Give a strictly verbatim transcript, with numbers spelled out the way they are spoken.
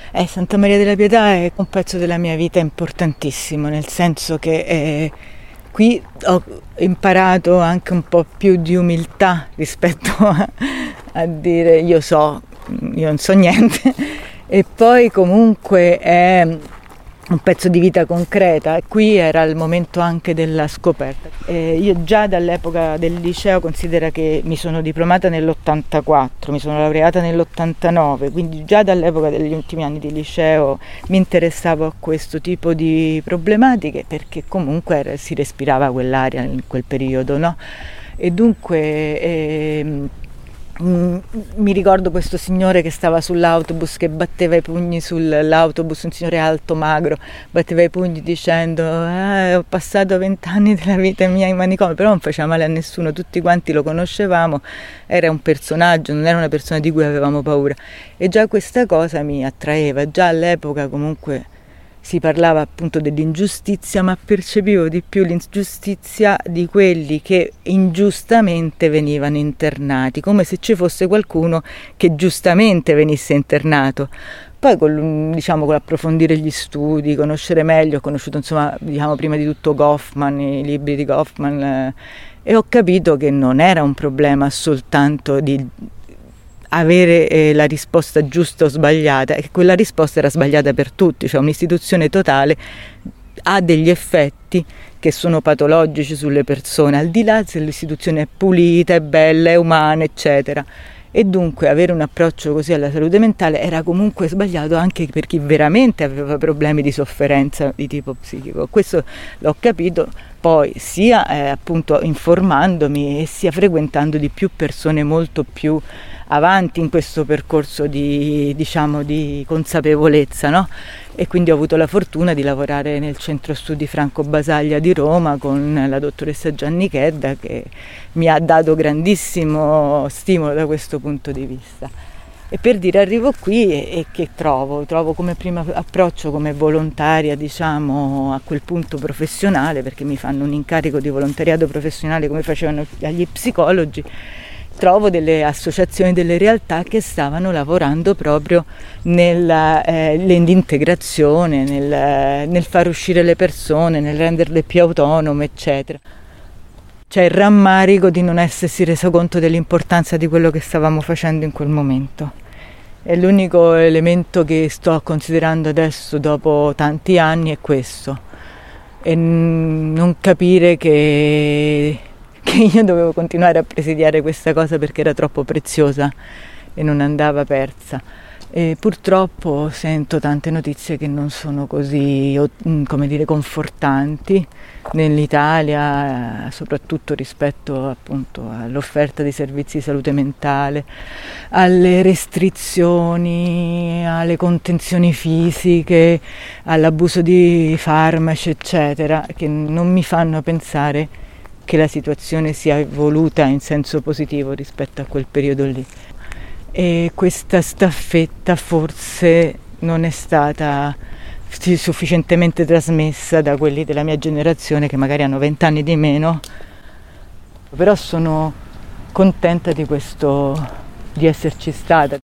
Eh, Santa Maria della Pietà è un pezzo della mia vita importantissimo, nel senso che eh, qui ho imparato anche un po' più di umiltà rispetto a, a dire io so, io non so niente, e poi comunque è un pezzo di vita concreta, e qui era il momento anche della scoperta. Eh, io già dall'epoca del liceo considero che mi sono diplomata nell'ottantaquattro, mi sono laureata nell'ottantanove, quindi già dall'epoca degli ultimi anni di liceo mi interessavo a questo tipo di problematiche, perché comunque era, si respirava quell'aria in quel periodo, no? E dunque eh, mi ricordo questo signore che stava sull'autobus, che batteva i pugni sull'autobus, un signore alto, magro, batteva i pugni dicendo eh, ho passato vent'anni della vita mia in manicomio, però non faceva male a nessuno, tutti quanti lo conoscevamo, era un personaggio, non era una persona di cui avevamo paura, e già questa cosa mi attraeva. Già all'epoca comunque si parlava appunto dell'ingiustizia, ma percepivo di più l'ingiustizia di quelli che ingiustamente venivano internati, come se ci fosse qualcuno che giustamente venisse internato. Poi con, diciamo, con l'approfondire gli studi, conoscere meglio, ho conosciuto insomma, diciamo, prima di tutto Goffman, i libri di Goffman, eh, e ho capito che non era un problema soltanto di avere eh, la risposta giusta o sbagliata, e che quella risposta era sbagliata per tutti, cioè un'istituzione totale ha degli effetti che sono patologici sulle persone, al di là se l'istituzione è pulita, è bella, è umana, eccetera. E dunque avere un approccio così alla salute mentale era comunque sbagliato anche per chi veramente aveva problemi di sofferenza di tipo psichico. Questo l'ho capito poi sia eh, appunto informandomi e sia frequentando di più persone molto più avanti in questo percorso di, diciamo, di consapevolezza, no? E quindi ho avuto la fortuna di lavorare nel centro studi Franco Basaglia di Roma con la dottoressa Gianni Chedda, che mi ha dato grandissimo stimolo da questo punto di vista. E per dire arrivo qui e, e che trovo? Trovo come primo approccio come volontaria, diciamo, a quel punto professionale, perché mi fanno un incarico di volontariato professionale come facevano agli psicologi. Trovo delle associazioni, delle realtà che stavano lavorando proprio nell'integrazione, eh, nel, nel far uscire le persone, nel renderle più autonome, eccetera. C'è il rammarico di non essersi reso conto dell'importanza di quello che stavamo facendo in quel momento. E l'unico elemento che sto considerando adesso, dopo tanti anni, è questo. E non capire che... che io dovevo continuare a presidiare questa cosa perché era troppo preziosa e non andava persa. E purtroppo sento tante notizie che non sono così, come dire, confortanti nell'Italia, soprattutto rispetto appunto all'offerta di servizi di salute mentale, alle restrizioni, alle contenzioni fisiche, all'abuso di farmaci, eccetera, che non mi fanno pensare che la situazione sia evoluta in senso positivo rispetto a quel periodo lì. E questa staffetta forse non è stata sufficientemente trasmessa da quelli della mia generazione, che magari hanno vent'anni di meno, però sono contenta di questo, di esserci stata.